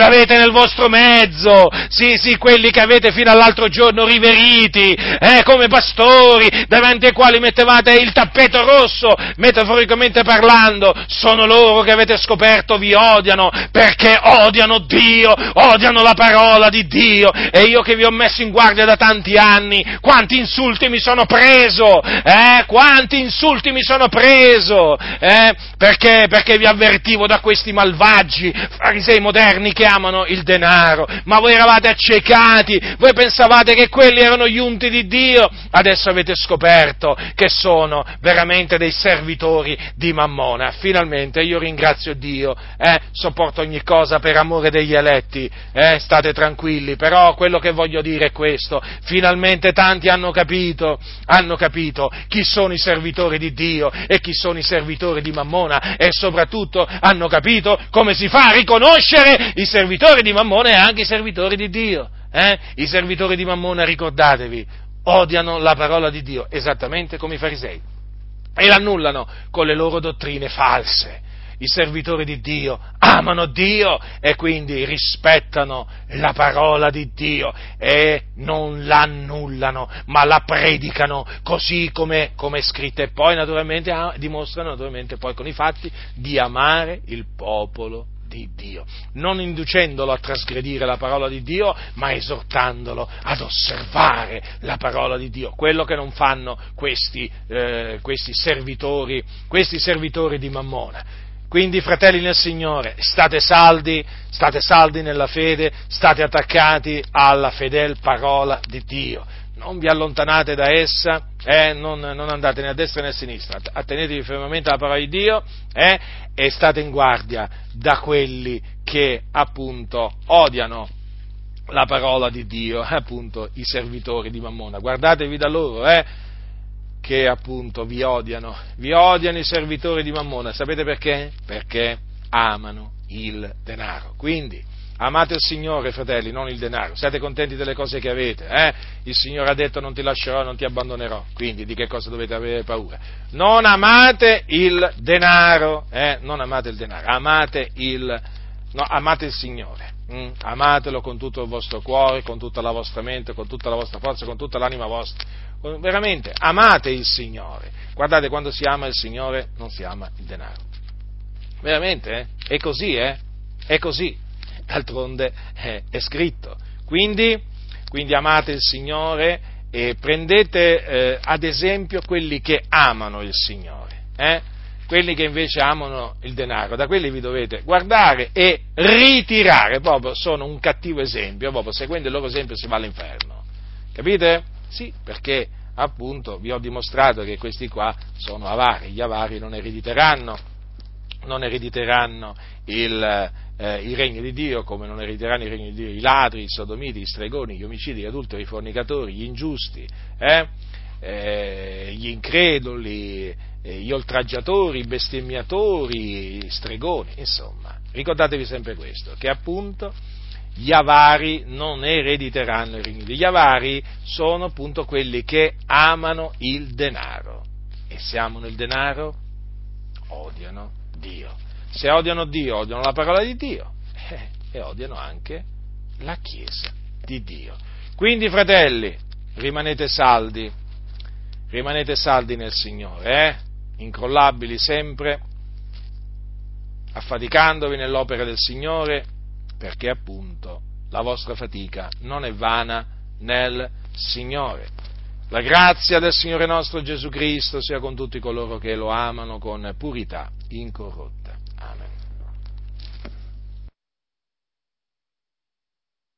[SPEAKER 1] sì, quelli che avete fino all'altro giorno riveriti, come pastori, davanti ai quali mettevate il tappeto rosso, metaforicamente parlando, sono loro che avete scoperto vi odiano, perché odiano Dio, odiano la parola di Dio, e io che vi ho messo in guardia da tanti anni, quanti insulti mi sono preso, perché vi avvertivo da questi malvagi farisei moderni che amano il denaro, ma voi eravate accecati, voi pensavate che quelli erano gli unti di Dio, adesso avete scoperto che sono veramente dei servitori di Mammona. Finalmente io ringrazio Dio, sopporto ogni cosa per amore degli eletti, state tranquilli, però quello che voglio dire è questo: finalmente tanti hanno capito chi sono i servitori di Dio e chi sono i servitori di Mammona, e soprattutto hanno capito come si fa a riconoscere i servitori di Mammona e anche i servitori di Dio. I servitori di Mammona, ricordatevi, odiano la parola di Dio esattamente come i farisei e l'annullano con le loro dottrine false. I servitori di Dio amano Dio e quindi rispettano la parola di Dio e non la annullano, ma la predicano così come è scritta, e poi naturalmente dimostrano poi con i fatti di amare il popolo di Dio, non inducendolo a trasgredire la parola di Dio, ma esortandolo ad osservare la parola di Dio, quello che non fanno questi servitori di Mammona. Quindi, fratelli nel Signore, state saldi nella fede, state attaccati alla fedel parola di Dio, non vi allontanate da essa, non andate né a destra né a sinistra, attenetevi fermamente alla parola di Dio, e state in guardia da quelli che appunto odiano la parola di Dio, appunto i servitori di Mammona. Guardatevi da loro, che appunto vi odiano i servitori di Mammona. Sapete perché? Perché amano il denaro. Quindi Amate il Signore, fratelli, non il denaro. Siate contenti delle cose che avete. Il Signore ha detto non ti lascerò, non ti abbandonerò. Quindi di che cosa dovete avere paura? Non amate il denaro, non amate il denaro, amate il Signore. Amatelo con tutto il vostro cuore, con tutta la vostra mente, con tutta la vostra forza, con tutta l'anima vostra. Veramente, amate il Signore. Guardate, quando si ama il Signore non si ama il denaro. Veramente, è così, È così. D'altronde è scritto. Quindi amate il Signore e prendete ad esempio quelli che amano il Signore, quelli che invece amano il denaro, da quelli vi dovete guardare e ritirare, proprio sono un cattivo esempio, proprio seguendo il loro esempio si va all'inferno, capite? Sì, perché appunto vi ho dimostrato che questi qua sono avari, gli avari non erediteranno il regno di Dio, come non erediteranno il regno di Dio i ladri, i sodomiti, gli stregoni, gli omicidi, gli adulteri, i fornicatori, gli ingiusti, gli increduli, gli oltraggiatori, i bestemmiatori, gli stregoni, insomma. Ricordatevi sempre questo, che appunto gli avari non erediteranno il regno di Dio. Gli avari sono appunto quelli che amano il denaro, e se amano il denaro odiano Dio. Se odiano Dio, odiano la parola di Dio e odiano anche la Chiesa di Dio. Quindi, fratelli, rimanete saldi nel Signore, incrollabili sempre, affaticandovi nell'opera del Signore, perché appunto la vostra fatica non è vana nel Signore. La grazia del Signore nostro Gesù Cristo sia con tutti coloro che lo amano con purità incorrotta.